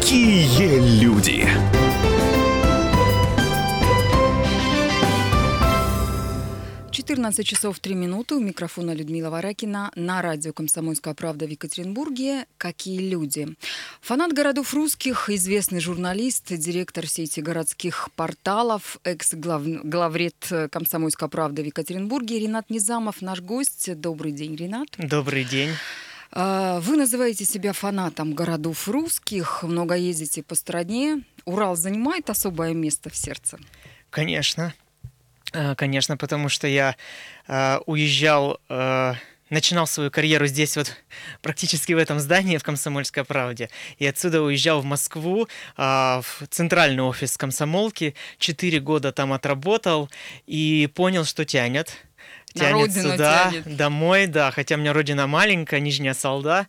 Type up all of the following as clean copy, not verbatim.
Какие люди! Часов 3 минуты. У микрофона Людмила Варакина. На радио «Комсомольская правда» в Екатеринбурге. Какие люди? Фанат городов русских, известный журналист, директор сети городских порталов, экс-главред «Комсомольской правды» в Екатеринбурге Ринат Низамов, наш гость. Добрый день, Ринат. Добрый день. Вы называете себя фанатом городов русских, много ездите по стране. Урал занимает особое место в сердце? Конечно. Конечно, потому что я уезжал, начинал свою карьеру здесь вот практически в этом здании, в «Комсомольской правде», и отсюда уезжал в Москву, в центральный офис комсомолки, 4 года там отработал и понял, что тянет сюда, домой, да, хотя у меня родина маленькая, Нижняя Салда,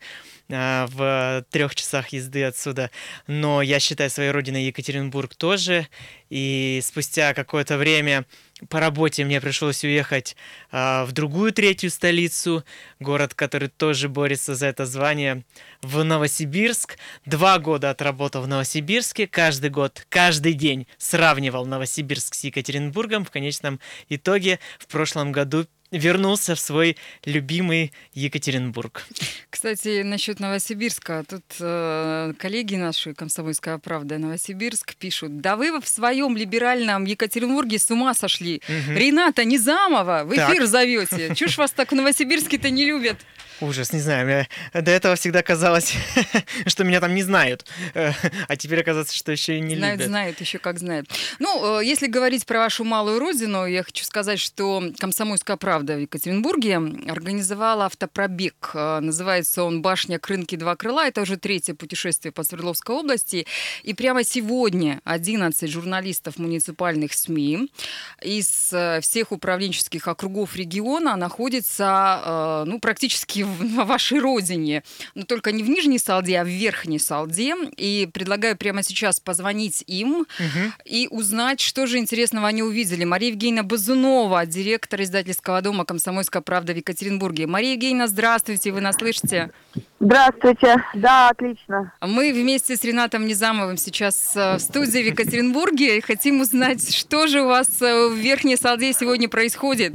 в 3 часах езды отсюда, но я считаю своей родиной Екатеринбург тоже, и спустя какое-то время по работе мне пришлось уехать в другую, 3-ю столицу, город, который тоже борется за это звание, в Новосибирск. 2 года отработал в Новосибирске, каждый год, каждый день сравнивал Новосибирск с Екатеринбургом. В конечном итоге в прошлом году вернулся в свой любимый Екатеринбург. Кстати, насчет Новосибирска. Тут коллеги наши, «Комсомольская правда», Новосибирск, пишут: да вы в своем либеральном Екатеринбурге с ума сошли. Рината Низамова в эфир зовете. Чушь вас так в Новосибирске-то не любят. Ужас, не знаю, мне до этого всегда казалось, что меня там не знают, а теперь оказывается, что еще и не любят. Знают, еще как знают. Ну, если говорить про вашу малую родину, я хочу сказать, что «Комсомольская правда» в Екатеринбурге организовала автопробег. Называется он «Башня к рынке 2 крыла». Это уже 3-е путешествие по Свердловской области. И прямо сегодня 11 журналистов муниципальных СМИ из всех управленческих округов региона находятся, практически на вашей родине, но только не в Нижней Салде, а в Верхней Салде. И предлагаю прямо сейчас позвонить им и узнать, что же интересного они увидели. Мария Евгеньевна Базунова, директор издательского дома «Комсомольская правда» в Екатеринбурге. Мария Евгеньевна, здравствуйте, вы нас слышите? Здравствуйте, да, отлично. Мы вместе с Ринатом Низамовым сейчас в студии в Екатеринбурге и хотим узнать, что же у вас в Верхней Салде сегодня происходит.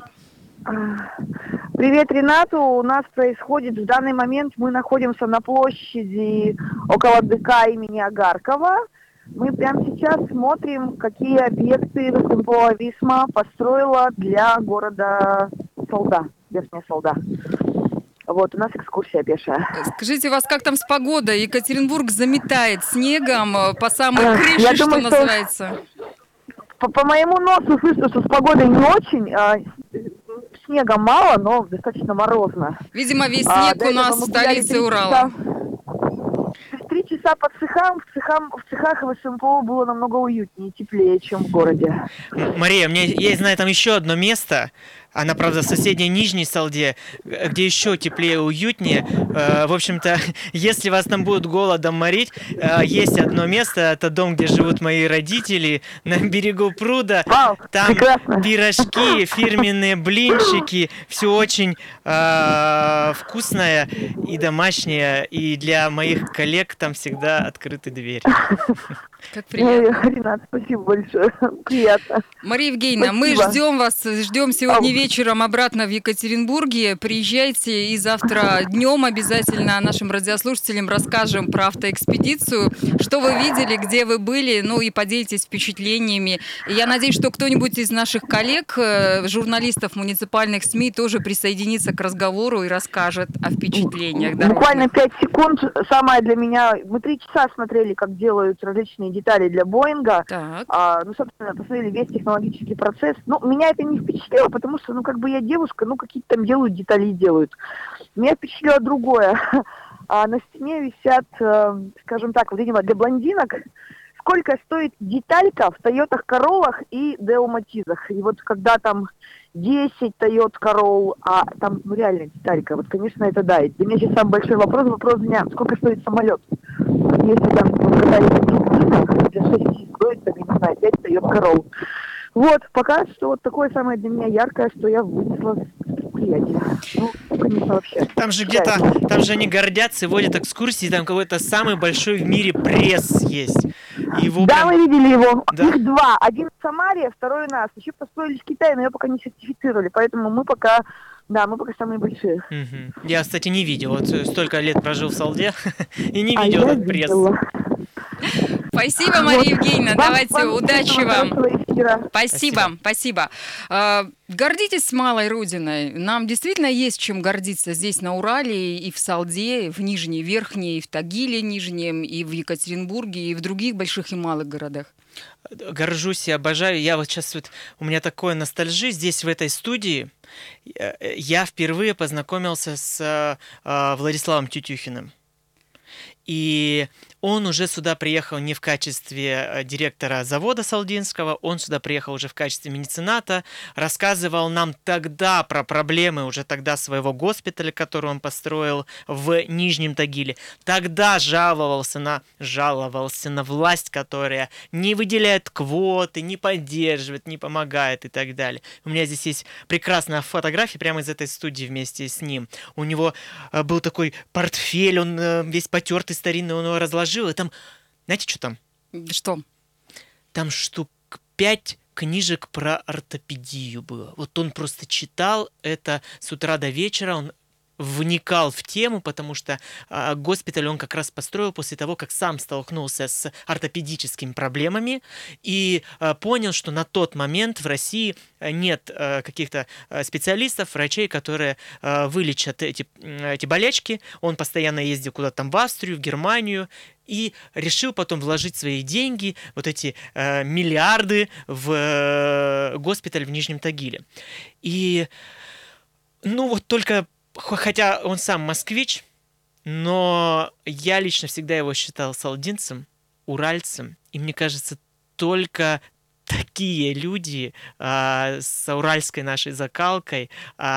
Привет, Ринату. У нас происходит в данный момент, мы находимся на площади около ДК имени Агаркова. Мы прямо сейчас смотрим, какие объекты ВСМПО «Висма» построила для города Салда, Верхняя Салда. Вот, у нас экскурсия пешая. Скажите, у вас как там с погодой? Екатеринбург заметает снегом по самой крыше, что называется? По моему носу слышно, что с погодой не очень. Снега мало, но достаточно морозно. Видимо, весь снег у нас в столице Урала. 3 часа по цехам. В цехах ВСМПО было намного уютнее и теплее, чем в городе. Мария, у меня есть на этом еще одно место. Она, правда, в соседней Нижней Салде, где еще теплее и уютнее. В общем-то, если вас там будут голодом морить, есть одно место, это дом, где живут мои родители, на берегу пруда. Вау, там прекрасно. Пирожки, фирменные блинчики, все очень вкусное и домашнее. И для моих коллег там всегда открыты двери. Как приятно. Ринат, спасибо большое. Приятно. Мария Евгеньевна, мы ждем вас, сегодня вечером обратно в Екатеринбурге. Приезжайте, и завтра днем обязательно нашим радиослушателям расскажем про автоэкспедицию, что вы видели, где вы были, и поделитесь впечатлениями. И я надеюсь, что кто-нибудь из наших коллег, журналистов муниципальных СМИ, тоже присоединится к разговору и расскажет о впечатлениях дорожных. Буквально 5 секунд. Самое для меня... Мы 3 часа смотрели, как делают различные детали для Боинга. Собственно, посмотрели весь технологический процесс. Меня это не впечатлило, потому что, я девушка, какие-то там делают детали и делают. Меня впечатлило другое. На стене висят, скажем так, видимо, для блондинок, сколько стоит деталька в Тойотах Короллах и Део Матизах. И вот когда там 10 Тойот Королл, а там реально деталька, конечно, это да. И для меня сейчас самый большой вопрос дня, сколько стоит самолет? Если там катались для 6 стоит, там, я не знаю, 5 Тойот Королл. Вот, пока что вот такое самое для меня яркое, что я вынесла с предприятия. конечно, вообще. Там же они гордятся и водят экскурсии, там какой-то самый большой в мире пресс есть. Его да, мы видели его. Да? Их два. Один в Самаре, второй у нас. Еще построили в Китае, но ее пока не сертифицировали, поэтому мы пока самые большие. Угу. Я, кстати, не видел. Вот столько лет прожил в Салде и не видел этот пресс. Спасибо, Мария Евгеньевна. Давайте, удачи вам. Спасибо. Гордитесь малой родиной. Нам действительно есть чем гордиться здесь, на Урале, и в Салде, и в Нижней, Верхней, и в Тагиле Нижнем, и в Екатеринбурге, и в других больших и малых городах. Горжусь и обожаю. Я вот сейчас у меня такое ностальжи здесь, в этой студии. Я впервые познакомился с Владиславом Тютюхиным. И он уже сюда приехал не в качестве директора завода Салдинского, он сюда приехал уже в качестве мецената, рассказывал нам тогда про проблемы уже тогда своего госпиталя, который он построил в Нижнем Тагиле. Тогда жаловался на власть, которая не выделяет квоты, не поддерживает, не помогает и так далее. У меня здесь есть прекрасная фотография прямо из этой студии вместе с ним. У него был такой портфель, он весь потертый, старинный, он его разложил. И там, знаете, что там? Что? Там штук 5 книжек про ортопедию было. Вот он просто читал это с утра до вечера, он вникал в тему, потому что госпиталь он как раз построил после того, как сам столкнулся с ортопедическими проблемами и понял, что на тот момент в России нет каких-то специалистов, врачей, которые вылечат эти болячки. Он постоянно ездил куда-то там в Австрию, в Германию, и решил потом вложить свои деньги, вот эти миллиарды, в госпиталь в Нижнем Тагиле. И, вот только, хотя он сам москвич, но я лично всегда его считал салдинцем, уральцем, и мне кажется, только такие люди с уральской нашей закалкой,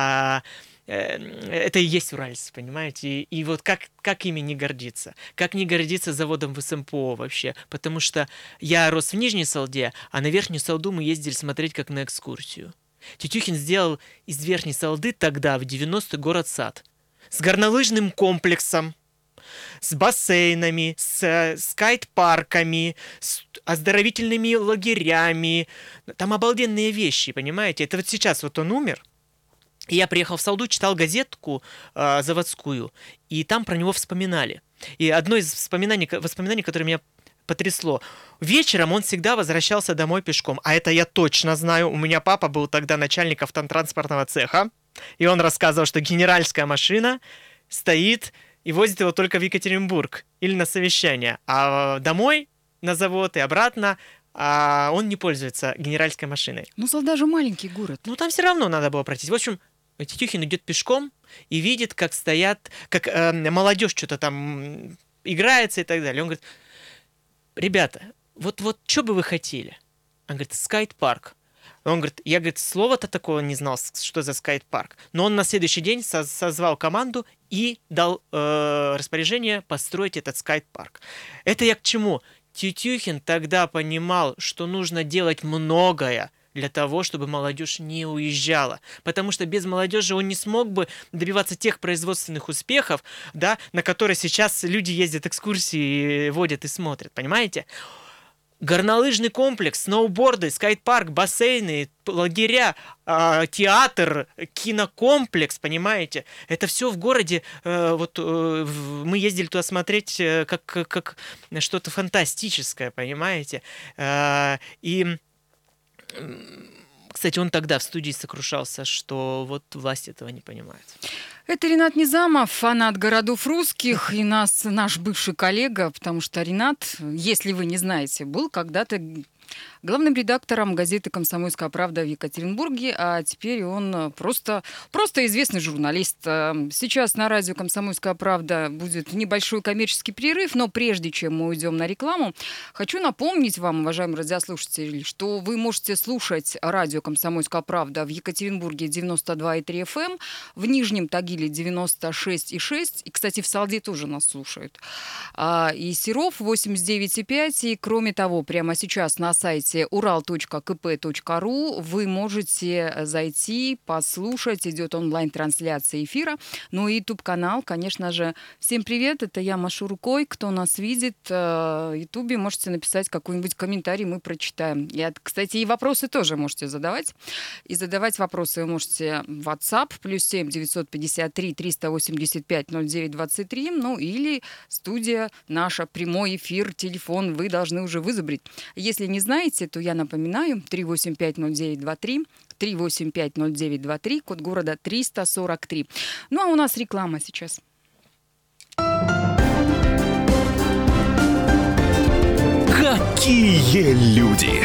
это и есть уральцы, понимаете? И вот как ими не гордиться? Как не гордиться заводом в СМПО вообще? Потому что я рос в Нижней Салде, а на Верхнюю Салду мы ездили смотреть как на экскурсию. Тютюхин сделал из Верхней Салды тогда, в 90-й, город-сад. С горнолыжным комплексом, с бассейнами, с скайт-парками, с оздоровительными лагерями. Там обалденные вещи, понимаете? Это вот сейчас вот он умер. И я приехал в Салду, читал газетку заводскую, и там про него вспоминали. И одно из воспоминаний, которое меня потрясло. Вечером он всегда возвращался домой пешком. А это я точно знаю. У меня папа был тогда начальник автотранспортного цеха, и он рассказывал, что генеральская машина стоит и возит его только в Екатеринбург или на совещание. А домой, на завод и обратно он не пользуется генеральской машиной. Ну, Салда же маленький город. Ну, там все равно надо было пройтись. В общем, Тютюхин идет пешком и видит, как стоят, как молодежь что-то там играется и так далее. Он говорит: ребята, вот что бы вы хотели? Он говорит: скайт-парк. Он говорит, я, слова-то такого не знал, что за скайт-парк. Но он на следующий день созвал команду и дал распоряжение построить этот скайт-парк. Это я к чему? Тютюхин тогда понимал, что нужно делать многое для того, чтобы молодежь не уезжала. Потому что без молодежи он не смог бы добиваться тех производственных успехов, да, на которые сейчас люди ездят, экскурсии водят и смотрят. Понимаете? Горнолыжный комплекс, сноуборды, скайт-парк, бассейны, лагеря, театр, кинокомплекс, понимаете? Это все в городе. Мы ездили туда смотреть как что-то фантастическое, понимаете? И, кстати, он тогда в студии сокрушался, что вот власть этого не понимает. Это Ринат Низамов, фанат городов русских, и наш бывший коллега, потому что Ринат, если вы не знаете, был когда-то главным редактором газеты «Комсомольская правда» в Екатеринбурге, а теперь он просто известный журналист. Сейчас на радио «Комсомольская правда» будет небольшой коммерческий перерыв, но прежде чем мы уйдем на рекламу, хочу напомнить вам, уважаемые радиослушатели, что вы можете слушать радио «Комсомольская правда» в Екатеринбурге 92,3 FM, в Нижнем Тагиле 96,6, и, кстати, в Салде тоже нас слушают, и Серов 89,5, и, кроме того, прямо сейчас нас сайте ural.kp.ru. Вы можете зайти, послушать. Идет онлайн-трансляция эфира. Ну и YouTube-канал, конечно же. Всем привет, это я машу рукой. Кто нас видит в YouTube, можете написать какой-нибудь комментарий, мы прочитаем. И, кстати, и вопросы тоже можете задавать. И задавать вопросы вы можете в WhatsApp +7 953 385 09 23. Ну или студия наша, прямой эфир, телефон вы должны уже вызубрить. Если не знаете, то я напоминаю: 3850923, 3850923, код города 343. Ну а у нас реклама сейчас. Какие люди!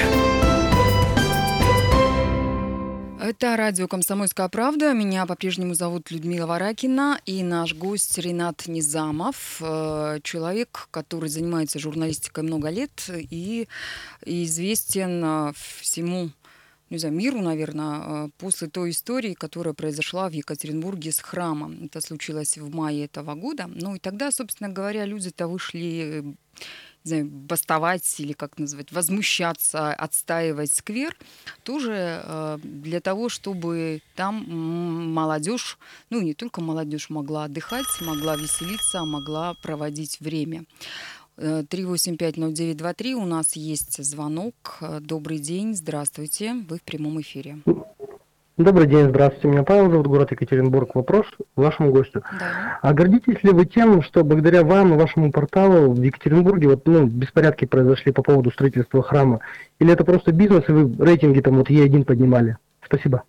Это радио «Комсомольская правда». Меня по-прежнему зовут Людмила Варакина. И наш гость Ринат Низамов. Человек, который занимается журналистикой много лет и известен всему, не знаю, миру, наверное, после той истории, которая произошла в Екатеринбурге с храмом. Это случилось в мае этого года. Ну и тогда, собственно говоря, люди-то вышли, не знаю, бастовать или как назвать, возмущаться, отстаивать сквер, тоже для того, чтобы там молодежь, ну не только молодежь, могла отдыхать, могла веселиться, могла проводить время. 3850923, у нас есть звонок. Добрый день, здравствуйте, вы в прямом эфире. Добрый день, здравствуйте. Меня Павел зовут, город Екатеринбург. Вопрос вашему гостю. Да. А гордитесь ли вы тем, что благодаря вам и вашему порталу в Екатеринбурге беспорядки произошли по поводу строительства храма? Или это просто бизнес, и вы рейтинги там Е1 поднимали? Спасибо.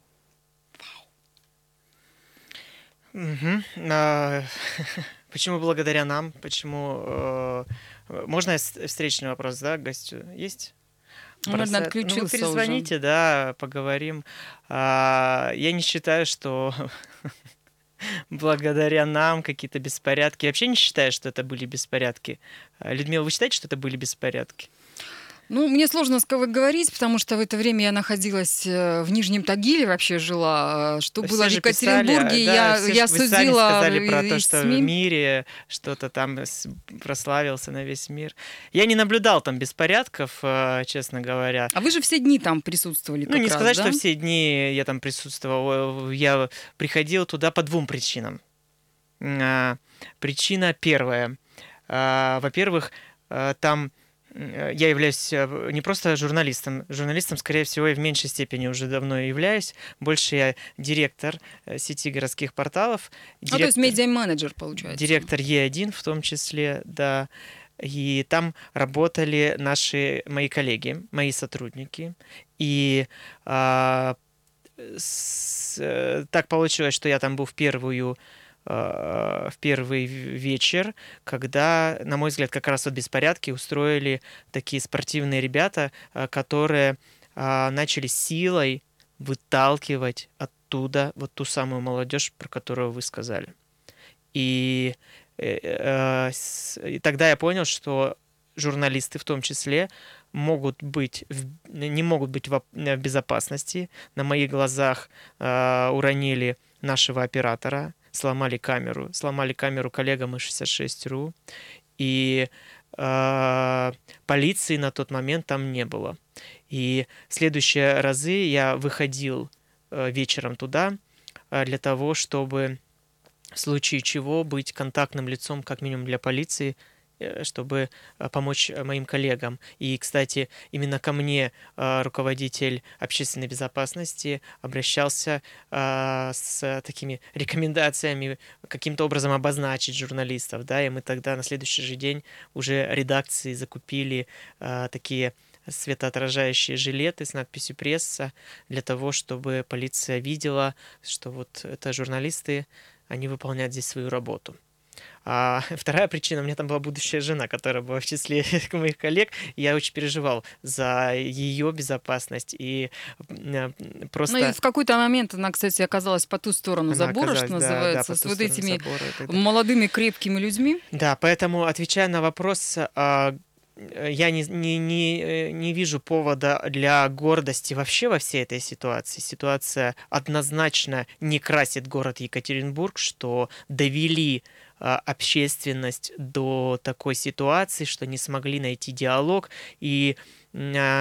Почему благодаря нам? Почему... Можно встречный вопрос, да, гостю? Есть? Можно отключился. Ну, перезвоните, уже. Да, поговорим. Я не считаю, что благодаря нам какие-то беспорядки. Я вообще не считаю, что это были беспорядки. Людмила, вы считаете, что это были беспорядки? Ну, мне сложно говорить, потому что в это время я находилась в Нижнем Тагиле, вообще жила. Что было в Екатеринбурге, я судила. Вы сами сказали про то, что СМИ. В мире что-то там прославился на весь мир. Я не наблюдал там беспорядков, честно говоря. А вы же все дни там присутствовали как раз, не сказать, да? что все дни я там присутствовал. Я приходил туда по двум причинам. Причина первая. Во-первых, там... Я являюсь не просто журналистом. Журналистом, скорее всего, я в меньшей степени уже давно являюсь. Больше я директор сети городских порталов. То есть медиа-менеджер, получается. Директор Е1 в том числе, да. И там работали мои коллеги, мои сотрудники. И так получилось, что я там был в первый вечер, когда, на мой взгляд, как раз беспорядки устроили такие спортивные ребята, которые начали силой выталкивать оттуда вот ту самую молодежь, про которую вы сказали. И тогда я понял, что журналисты в том числе не могут быть в безопасности. На моих глазах уронили нашего оператора, сломали камеру коллегам из 66.ru, и полиции на тот момент там не было. И в следующие разы я выходил вечером туда для того, чтобы в случае чего быть контактным лицом как минимум для полиции, чтобы помочь моим коллегам. И, кстати, именно ко мне руководитель общественной безопасности обращался с такими рекомендациями каким-то образом обозначить журналистов, да, и мы тогда на следующий же день уже редакции закупили такие светоотражающие жилеты с надписью «Пресса» для того, чтобы полиция видела, что вот это журналисты, они выполняют здесь свою работу. А вторая причина, у меня там была будущая жена, которая была в числе моих коллег, и я очень переживал за ее безопасность, и просто... Ну и в какой-то момент она, кстати, оказалась по ту сторону забора, что называется, с вот этими молодыми крепкими людьми. Да, поэтому, отвечая на вопрос, я не вижу повода для гордости вообще во всей этой ситуации. Ситуация однозначно не красит город Екатеринбург, что довели общественность до такой ситуации, что не смогли найти диалог. И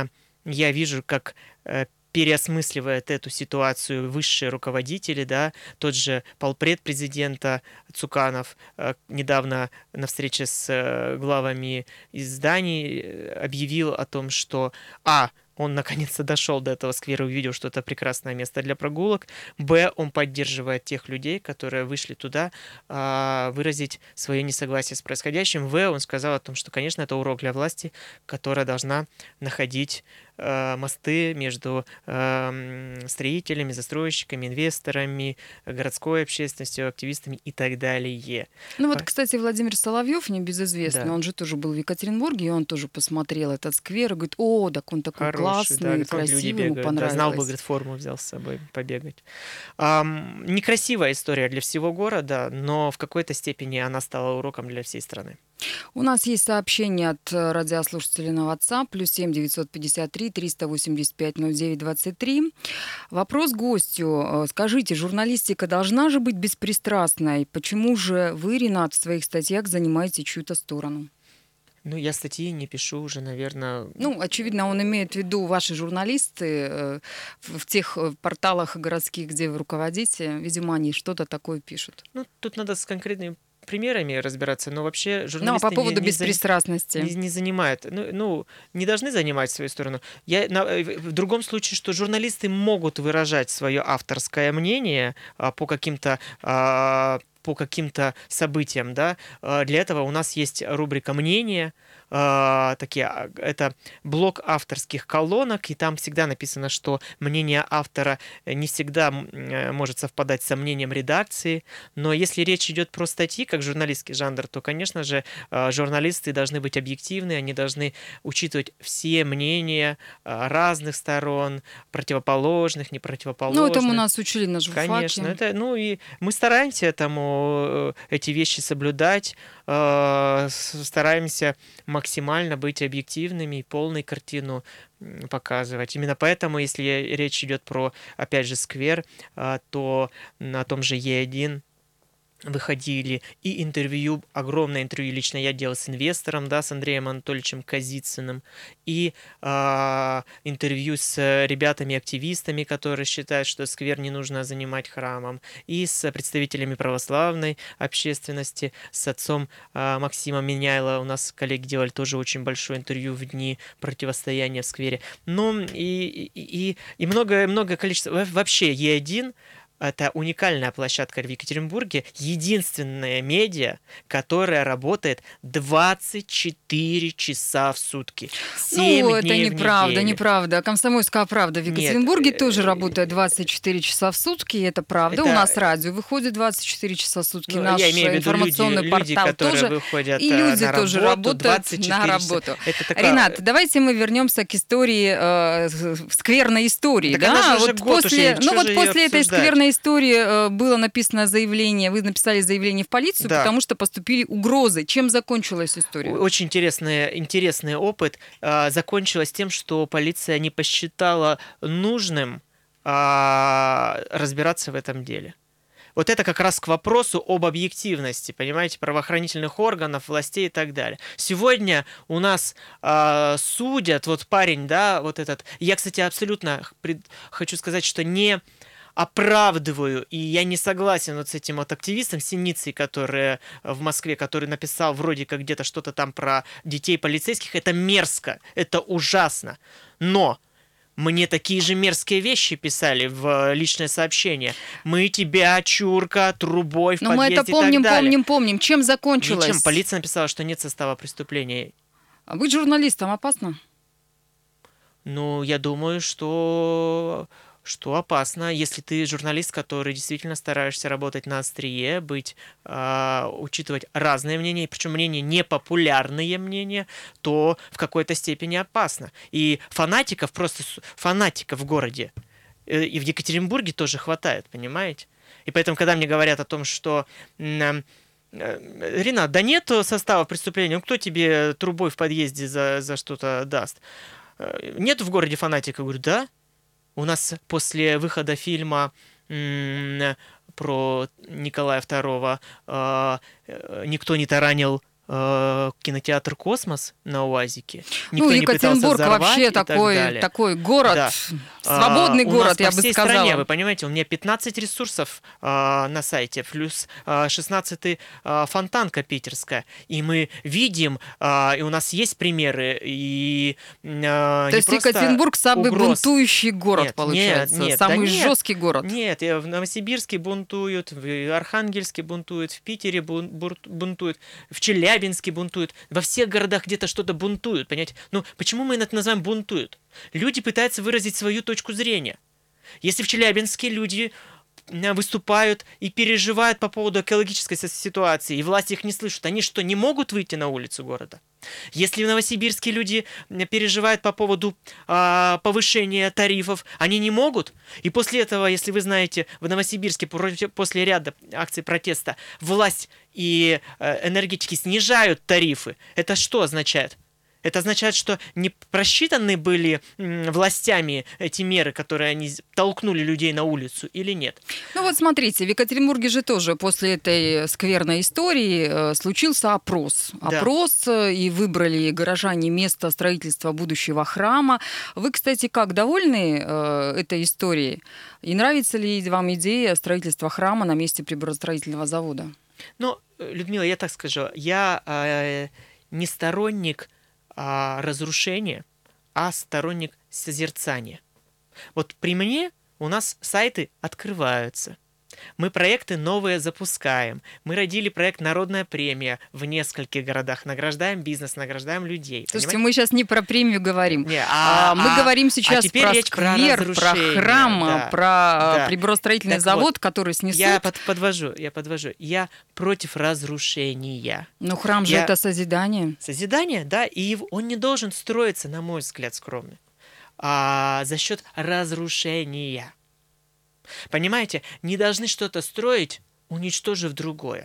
я вижу, как переосмысливает эту ситуацию высшие руководители, да, тот же полпред президента Цуканов недавно на встрече с главами изданий объявил о том, что он наконец-то дошел до этого сквера, увидел, что это прекрасное место для прогулок. Он поддерживает тех людей, которые вышли туда выразить свое несогласие с происходящим. Он сказал о том, что, конечно, это урок для власти, которая должна находить мосты между строителями, застройщиками, инвесторами, городской общественностью, активистами и так далее. Ну вот, кстати, Владимир Соловьев, небезызвестный, он же тоже был в Екатеринбурге, и он тоже посмотрел этот сквер и говорит, так он такой классный, красивый, ему понравилось. Знал бы, говорит, форму взял с собой побегать. Некрасивая история для всего города, но в какой-то степени она стала уроком для всей страны. У нас есть сообщение от радиослушателей на WhatsApp, +7 953 385 09 23. Вопрос гостю. Скажите, журналистика должна же быть беспристрастной? Почему же вы, Ринат, в своих статьях занимаете чью-то сторону? Я статьи не пишу уже, наверное... Очевидно, он имеет в виду ваши журналисты в тех порталах городских, где вы руководите. Видимо, они что-то такое пишут. Тут надо с конкретными примерами разбираться, но вообще журналисты по поводу беспристрастности не занимают, не должны занимать свою сторону. В другом случае, что журналисты могут выражать свое авторское мнение по каким-то событиям, да. Для этого у нас есть рубрика «Мнение», это блок авторских колонок, и там всегда написано, что мнение автора не всегда может совпадать со мнением редакции, но если речь идет про статьи, как журналистский жанр, то, конечно же, журналисты должны быть объективны, они должны учитывать все мнения разных сторон, противоположных, непротивоположных. Этому нас учили на журфаке. Конечно, и мы стараемся эти вещи соблюдать, стараемся максимально быть объективными и полную картину показывать. Именно поэтому, если речь идет про, опять же, сквер, то на том же Е1 выходили и огромное интервью лично я делал с инвестором, да, с Андреем Анатольевичем Казицыным, и интервью с ребятами-активистами, которые считают, что сквер не нужно занимать храмом, и с представителями православной общественности, с отцом Максимом Меняйло. У нас коллеги делали тоже очень большое интервью в дни противостояния в сквере. И много количества. Вообще Е1 это уникальная площадка в Екатеринбурге, единственная медиа, которая работает 24 часа в сутки. 7 это дней неправда. «Комсомольская правда» в Екатеринбурге тоже работает 24 часа в сутки, и это правда. У нас радио выходит 24 часа в сутки, наш информационный портал тоже. И люди тоже работают на работу. Ринат, давайте мы вернемся к истории, скверной истории. После этой скверной истории было написано заявление, вы написали заявление в полицию, потому что поступили угрозы. Чем закончилась история? Очень интересный опыт. Закончилось тем, что полиция не посчитала нужным разбираться в этом деле. Вот это как раз к вопросу об объективности, понимаете, правоохранительных органов, властей и так далее. Сегодня у нас судят, парень, этот. Я, кстати, абсолютно хочу сказать, что не оправдываю, и я не согласен с этим активистом Синицей, который в Москве, который написал вроде как где-то что-то там про детей полицейских. Это мерзко, это ужасно. Но мне такие же мерзкие вещи писали в личное сообщение. Мы тебя, чурка, трубой в подъезде мы это и так далее. помним. Чем закончилось? Ничем. Полиция написала, что нет состава преступления. А быть журналистом опасно? Я думаю, что опасно, если ты журналист, который действительно стараешься работать на острие, учитывать разные мнения, причем мнения непопулярные мнения, то в какой-то степени опасно. И фанатиков в городе и в Екатеринбурге тоже хватает, понимаете? И поэтому, когда мне говорят о том, что Ринат, да нет состава преступления, кто тебе трубой в подъезде за что-то даст? Нет в городе фанатика? Говорю, да. У нас после выхода фильма про Николая II «Никто не таранил кинотеатр «Космос» на УАЗике. Никто не пытался Екатеринбург взорвать вообще и так далее. такой город, Да. свободный город, я бы сказала. У нас по всей стране, вы понимаете, у меня 15 ресурсов на сайте, плюс 16-й Фонтанка питерская. И мы видим, и у нас есть примеры, и то есть Екатеринбург самый бунтующий город, получается, самый жесткий город. Нет, в Новосибирске бунтуют, в Архангельске бунтуют, в Питере бунтуют, в Челябинске бунтуют, во всех городах где-то что-то бунтуют, понимаете? Ну, почему мы это называем бунтуют? Люди пытаются выразить свою точку зрения. Если в Челябинске люди выступают и переживают по поводу экологической ситуации, и власти их не слышат, они что, не могут выйти на улицу города? Если в Новосибирске люди переживают по поводу повышения тарифов, они не могут? И после этого, если вы знаете, в Новосибирске после ряда акций протеста власть и энергетики снижают тарифы, это что означает? Это означает, что не просчитаны были властями эти меры, которые они толкнули людей на улицу, или нет? Ну вот смотрите, в Екатеринбурге же тоже после этой скверной истории случился опрос. Да. Опрос, и выбрали горожане место строительства будущего храма. Вы, кстати, как, довольны этой историей? И нравится ли вам идея строительства храма на месте приборостроительного завода? Ну, Людмила, я так скажу, я не сторонник разрушения, а сторонник созерцания. Вот при мне у нас сайты открываются. Мы проекты новые запускаем. Мы родили проект «Народная премия» в нескольких городах. Награждаем бизнес, награждаем людей. Слушайте, мы сейчас не про премию говорим. Не, мы говорим сейчас про сквер, про храм, да, про приборостроительный завод, который снесут. Я подвожу. Я против разрушения. Но храм же это созидание. Созидание, да, и он не должен строиться, на мой взгляд, скромно, за счет разрушения. Понимаете, не должны что-то строить, уничтожив другое.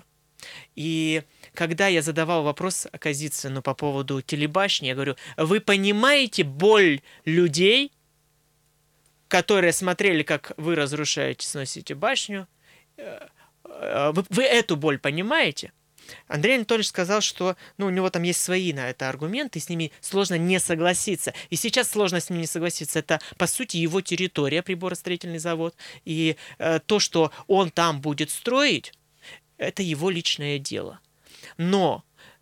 И когда я задавал вопрос Казицыну по поводу телебашни, я говорю, вы понимаете боль людей, которые смотрели, как вы разрушаете, сносите башню? Вы эту боль понимаете? Андрей Анатольевич сказал, что у него там есть свои на это аргументы, и с ними сложно не согласиться. И сейчас сложно с ними не согласиться. Это, по сути, его территория, приборостроительный завод. И то, что он там будет строить, это его личное дело. Но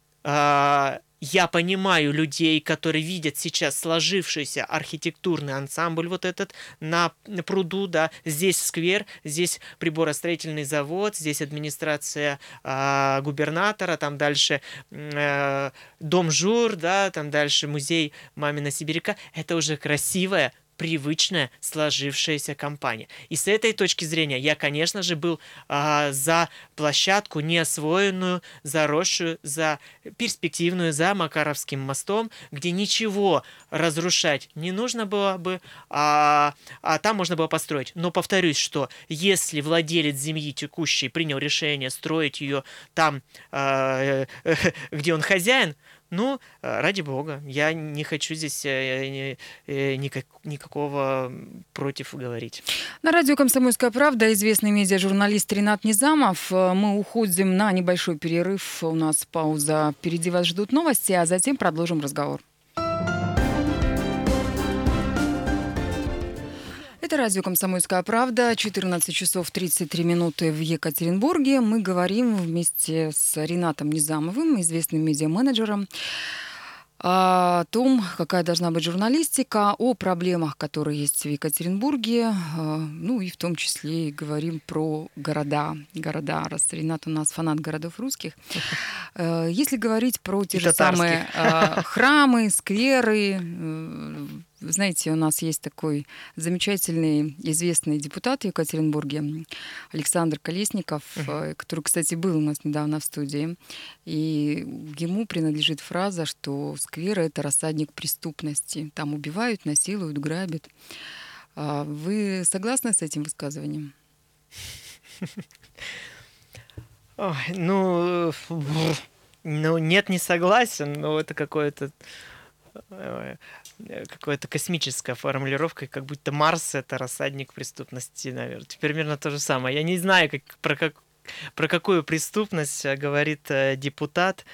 я понимаю людей, которые видят сейчас сложившийся архитектурный ансамбль вот этот на пруду, да, здесь сквер, здесь приборостроительный завод, здесь администрация губернатора, там дальше дом Жур, да, там дальше музей Мамина Сибиряка. Это уже красивая, привычная, сложившаяся компания. И с этой точки зрения я, конечно же, был за площадку неосвоенную, заросшую, за перспективную, за Макаровским мостом, где ничего разрушать не нужно было бы, а там можно было построить. Но повторюсь, что если владелец земли текущий принял решение строить ее там, где он хозяин, ради бога, я не хочу здесь никакого против говорить. На радио «Комсомольская правда» известный медиажурналист Ринат Низамов. Мы уходим на небольшой перерыв. У нас пауза. Впереди вас ждут новости, а затем продолжим разговор. Это радио «Комсомольская правда», 14 часов 33 минуты в Екатеринбурге. Мы говорим вместе с Ринатом Низамовым, известным медиаменеджером, о том, какая должна быть журналистика, о проблемах, которые есть в Екатеринбурге, и в том числе и говорим про города, раз Ринат у нас фанат городов русских. Если говорить про те же самые храмы, скверы, знаете, у нас есть такой замечательный, известный депутат в Екатеринбурге, Александр Колесников, который, кстати, был у нас недавно в студии. И ему принадлежит фраза, что скверы — это рассадник преступности. Там убивают, насилуют, грабят. Вы согласны с этим высказыванием? Нет, не согласен, но это какая-то космическая формулировка, как будто Марс — это рассадник преступности, наверное. Примерно то же самое. Я не знаю, про какую преступность говорит депутат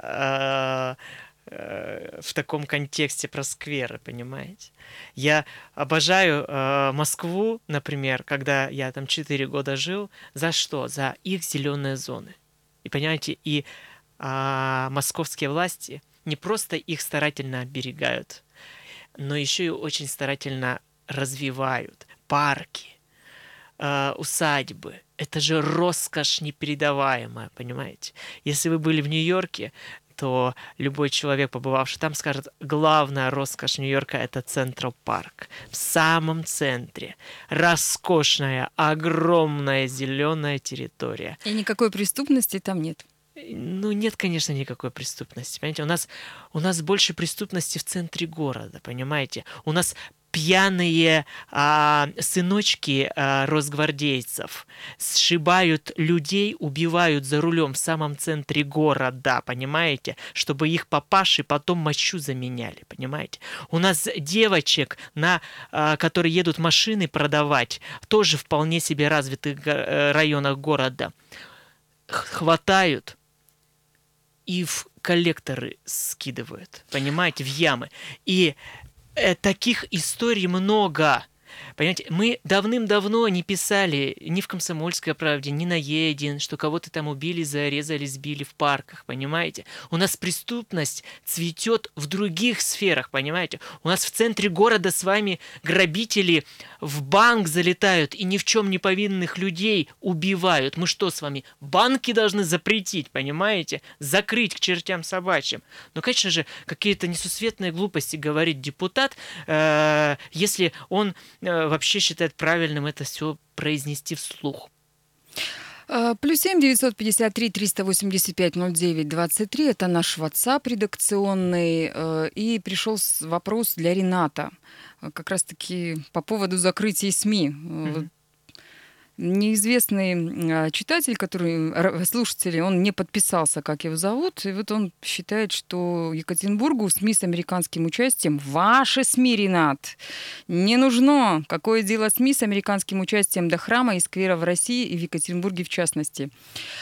в таком контексте про скверы, понимаете? Я обожаю Москву, например, когда я там 4 года жил. За что? За их зеленые зоны. И понимаете, и московские власти не просто их старательно оберегают, но еще и очень старательно развивают парки, усадьбы. Это же роскошь непередаваемая, понимаете? Если вы были в Нью-Йорке, то любой человек, побывавший там, скажет, главная роскошь Нью-Йорка — это Централ Парк. В самом центре. Роскошная, огромная зеленая территория. И никакой преступности там нет. Ну, нет, конечно, никакой преступности. Понимаете, у нас больше преступности в центре города, понимаете? У нас пьяные сыночки росгвардейцев сшибают людей, убивают за рулем в самом центре города, понимаете? Чтобы их папаши потом мочу заменяли, понимаете? У нас девочек, которые едут машины продавать, тоже в вполне себе развитых районах города, хватают и в коллекторы скидывают, понимаете, в ямы. И таких историй много. Понимаете, мы давным-давно не писали ни в «Комсомольской правде», ни на Е1, что кого-то там убили, зарезали, сбили в парках, понимаете? У нас преступность цветет в других сферах, понимаете? У нас в центре города с вами грабители в банк залетают и ни в чем не повинных людей убивают. Мы что с вами, банки должны запретить, понимаете? Закрыть к чертям собачьим. Но, конечно же, какие-то несусветные глупости говорит депутат, если он вообще считает правильным это все произнести вслух. +7 953 385 09 23 это наш WhatsApp редакционный. И пришел вопрос для Рената, как раз-таки по поводу закрытия СМИ. Неизвестный читатель, слушатель, он не подписался, как его зовут, и вот он считает, что Екатеринбургу СМИ с американским участием, ваши СМИ, Ренат, не нужно. Какое дело СМИ с американским участием до храма и сквера в России и в Екатеринбурге в частности?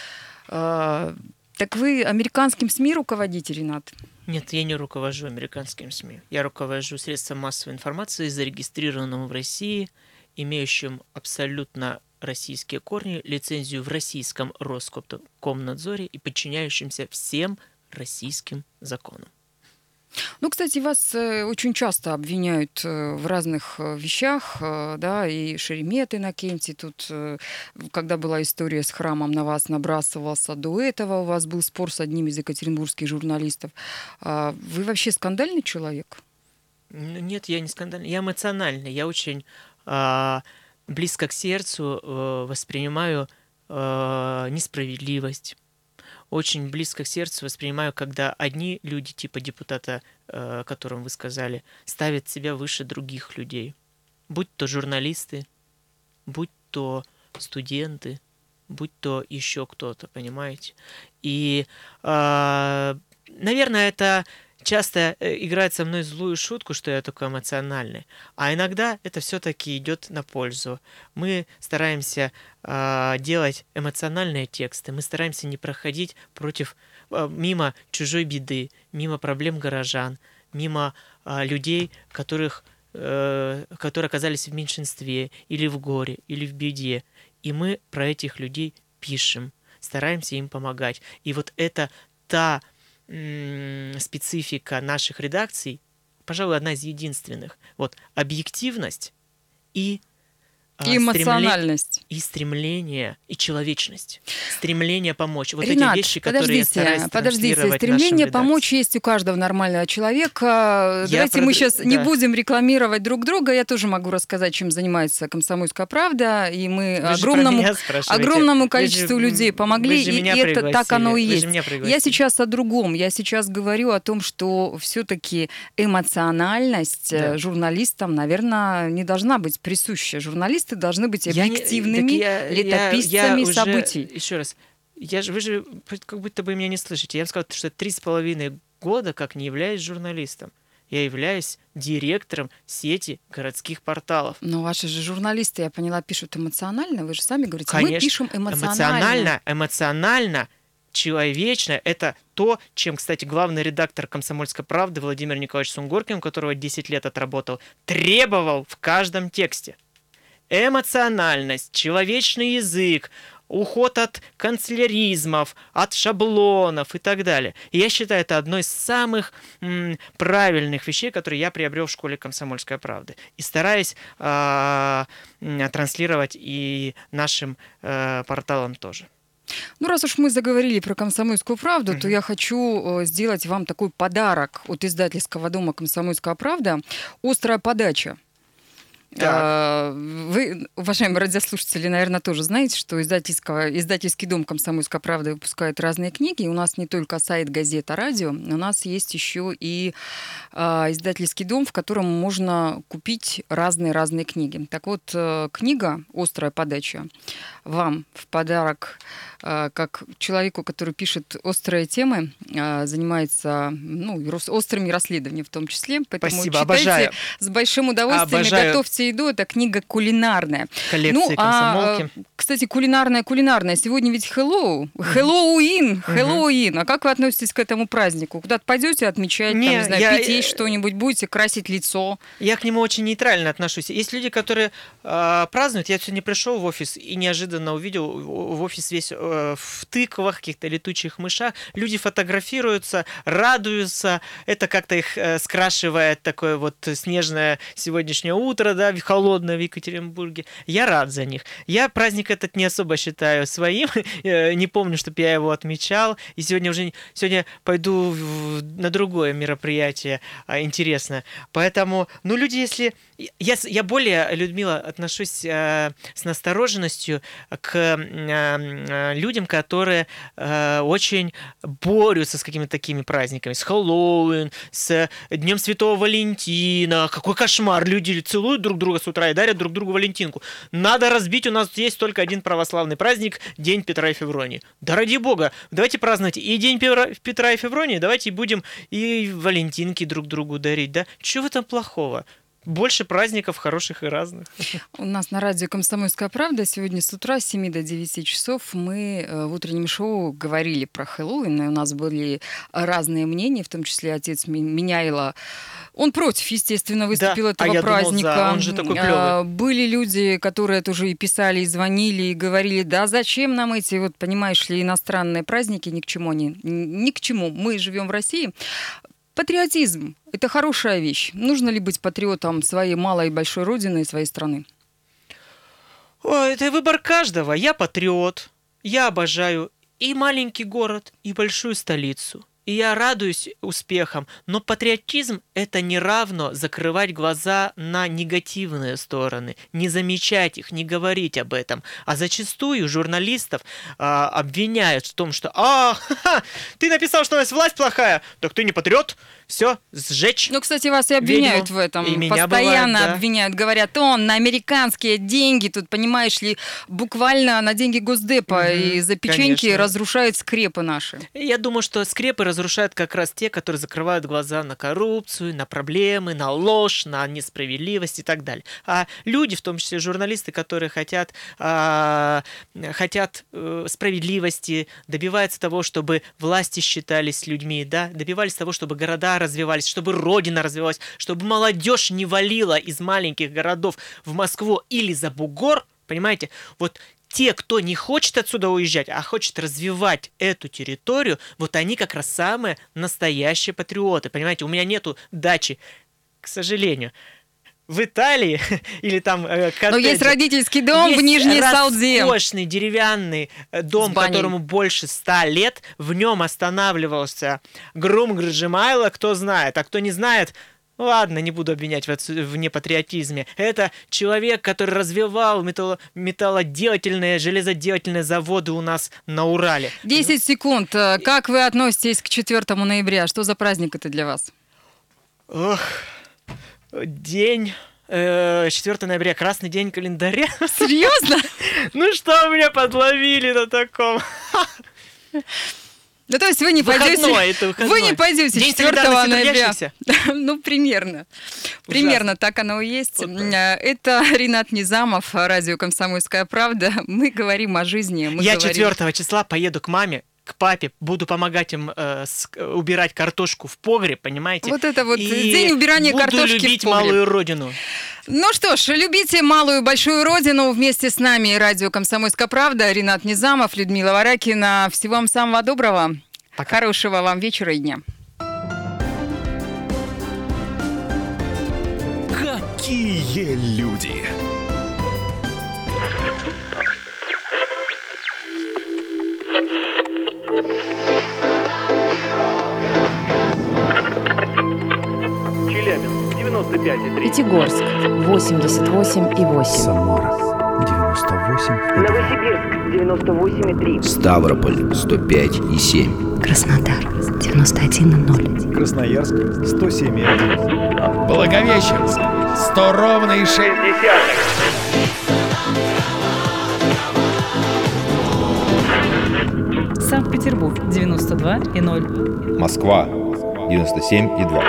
Так вы американским СМИ руководите, Ренат? Нет, я не руковожу американским СМИ. Я руковожу средством массовой информации, зарегистрированным в России, имеющим абсолютно российские корни, лицензию в российском Роскомнадзоре и подчиняющимся всем российским законам. Ну, кстати, вас очень часто обвиняют в разных вещах, да, и Шеремет Иннокентий тут, когда была история с храмом, на вас набрасывался. До этого у вас был спор с одним из екатеринбургских журналистов. Вы вообще скандальный человек? Нет, я не скандальный, я эмоциональный, я очень близко к сердцу воспринимаю несправедливость. Очень близко к сердцу воспринимаю, когда одни люди, типа депутата, о котором вы сказали, ставят себя выше других людей. Будь то журналисты, будь то студенты, будь то еще кто-то, понимаете? И, наверное, это часто играет со мной злую шутку, что я такой эмоциональный, а иногда это все-таки идет на пользу. Мы стараемся делать эмоциональные тексты, мы стараемся не проходить мимо чужой беды, мимо проблем горожан, мимо людей, которые оказались в меньшинстве, или в горе, или в беде. И мы про этих людей пишем, стараемся им помогать. И вот это та специфика наших редакций, пожалуй, одна из единственных. Вот объективность и эмоциональность. И стремление, и человечность. Стремление помочь. Вот Ренат, эти вещи, которые я стараюсь транслировать стремление помочь есть у каждого нормального человека. Давайте мы сейчас не будем рекламировать друг друга. Я тоже могу рассказать, чем занимается «Комсомольская правда». И мы огромному количеству людей помогли. И это так оно и есть. Я сейчас о другом. Я сейчас говорю о том, что все-таки эмоциональность журналистам, наверное, не должна быть присуща. Журналисты должны быть объективными летописцами событий. Еще раз, вы же как будто бы меня не слышите. Я вам сказал, что 3,5 года как не являюсь журналистом. я являюсь директором сети городских порталов. Но ваши же журналисты, я поняла, пишут эмоционально. Вы же сами говорите, конечно, мы пишем эмоционально. Эмоционально, человечно. Это то, чем, кстати, главный редактор «Комсомольской правды» Владимир Николаевич Сунгоркин, у которого 10 лет отработал, требовал в каждом тексте. Эмоциональность, человечный язык, уход от канцеляризмов, от шаблонов и так далее. И я считаю, это одно из самых правильных вещей, которые я приобрел в школе «Комсомольской правды». И стараюсь транслировать и нашим порталам тоже. Ну, раз уж мы заговорили про «Комсомольскую правду», то я хочу сделать вам такой подарок от издательского дома «Комсомольская правда». «Острая подача». Вы, уважаемые радиослушатели, наверное, тоже знаете, что издательский дом «Комсомольская правда» выпускает разные книги. У нас не только сайт, газета, радио, у нас есть еще и издательский дом, в котором можно купить разные книги. Так вот, книга «Острая подача» вам в подарок, как человеку, который пишет острые темы, занимается острыми расследованиями в том числе. Поэтому спасибо, читайте обожаю. С большим удовольствием и готовьте еду. Это книга кулинарная. Коллекции комсомолки. Кстати, кулинарная. Сегодня ведь Хэллоуин. А как вы относитесь к этому празднику? Куда-то пойдете отмечать, пить есть что-нибудь, будете красить лицо? Я к нему очень нейтрально отношусь. Есть люди, которые празднуют. Я сегодня пришел в офис и неожиданно увидел в офис весь в тыквах, каких-то летучих мышах. Люди фотографируются, радуются. Это как-то их скрашивает такое вот снежное сегодняшнее утро, да, холодное в Екатеринбурге. Я рад за них. Я праздник этот не особо считаю своим. Не помню, чтобы я его отмечал. И сегодня пойду на другое мероприятие интересное. Поэтому, люди, если... Я более, Людмила, отношусь с настороженностью к людям, которые очень борются с какими-то такими праздниками. С Хэллоуин, с Днем Святого Валентина. Какой кошмар! Люди целуют друг друга с утра и дарят друг другу валентинку. Надо разбить, у нас есть только один православный праздник – День Петра и Февронии. Да ради бога, давайте праздновать и День Петра и Февронии, давайте будем и валентинки друг другу дарить, да? Чего в этом плохого? Больше праздников хороших и разных. У нас на радио «Комсомольская правда» сегодня с утра с 7 до 9 часов мы в утреннем шоу говорили про Хэллоуин, и у нас были разные мнения, в том числе отец Меняйло. Он против, естественно, выступил этого праздника. Думал, он же такой клёвый. Были люди, которые тоже и писали, и звонили, и говорили, да зачем нам эти, понимаешь ли, иностранные праздники, ни к чему они, ни к чему. Мы живем в России. Патриотизм – это хорошая вещь. Нужно ли быть патриотом своей малой и большой родины и своей страны? Это выбор каждого. Я патриот. Я обожаю и маленький город, и большую столицу. И я радуюсь успехам. Но патриотизм – это не равно закрывать глаза на негативные стороны, не замечать их, не говорить об этом. А зачастую журналистов обвиняют в том, что ты написал, что у нас власть плохая, так ты не патриот. Все, сжечь. Кстати, вас и обвиняют в этом. И постоянно бывает, обвиняют. Говорят, он на американские деньги, тут, понимаешь ли, буквально на деньги Госдепа и за печеньки разрушает скрепы наши. Я думаю, что скрепы разрушают как раз те, которые закрывают глаза на коррупцию, на проблемы, на ложь, на несправедливость и так далее. А люди, в том числе журналисты, которые хотят справедливости, добиваются того, чтобы власти считались людьми, да, добивались того, чтобы города развивались, чтобы родина развивалась, чтобы молодежь не валила из маленьких городов в Москву или за бугор, понимаете? Вот те, кто не хочет отсюда уезжать, а хочет развивать эту территорию, вот они как раз самые настоящие патриоты, понимаете? У меня нету дачи, к сожалению. В Италии или там коттеджи. Но есть родительский дом в Нижней Салде. Роскошный деревянный дом, которому больше 100 лет. В нем останавливался Грум Гржимайло, кто знает. А кто не знает, ладно, не буду обвинять в непатриотизме. Это человек, который развивал металлоделательные, железоделательные заводы у нас на Урале. 10 секунд. Как вы относитесь к 4 ноября? Что за праздник это для вас? День 4 ноября, красный день календаря. Серьезно? Ну что меня подловили на таком? Ну, то есть вы не пойдете... Вы не пойдете 4 ноября. Ну, примерно. Примерно так оно и есть. Это Ринат Низамов, радио «Комсомольская правда». Мы говорим о жизни. Я 4 числа поеду к маме, к папе, буду помогать им убирать картошку в погреб, понимаете? Вот это вот день убирания картошки в погреб. Буду любить малую родину. Ну что ж, любите малую и большую родину вместе с нами. Радио «Комсомольская правда», Ринат Низамов, Людмила Варакина. Всего вам самого доброго. Пока. Хорошего вам вечера и дня. Какие люди! Челябинск, 95,3. Пятигорск, 88,8. Самара, 98,2. Новосибирск, 98,3. Ставрополь, 105,7. Краснодар, 91,0. Красноярск, 107,1. Благовещенск, 100 ровно и 6 десятых. Санкт-Петербург, 92,0. Москва, 97,2.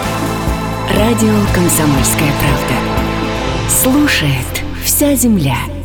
Радио «Комсомольская правда». Слушает вся земля.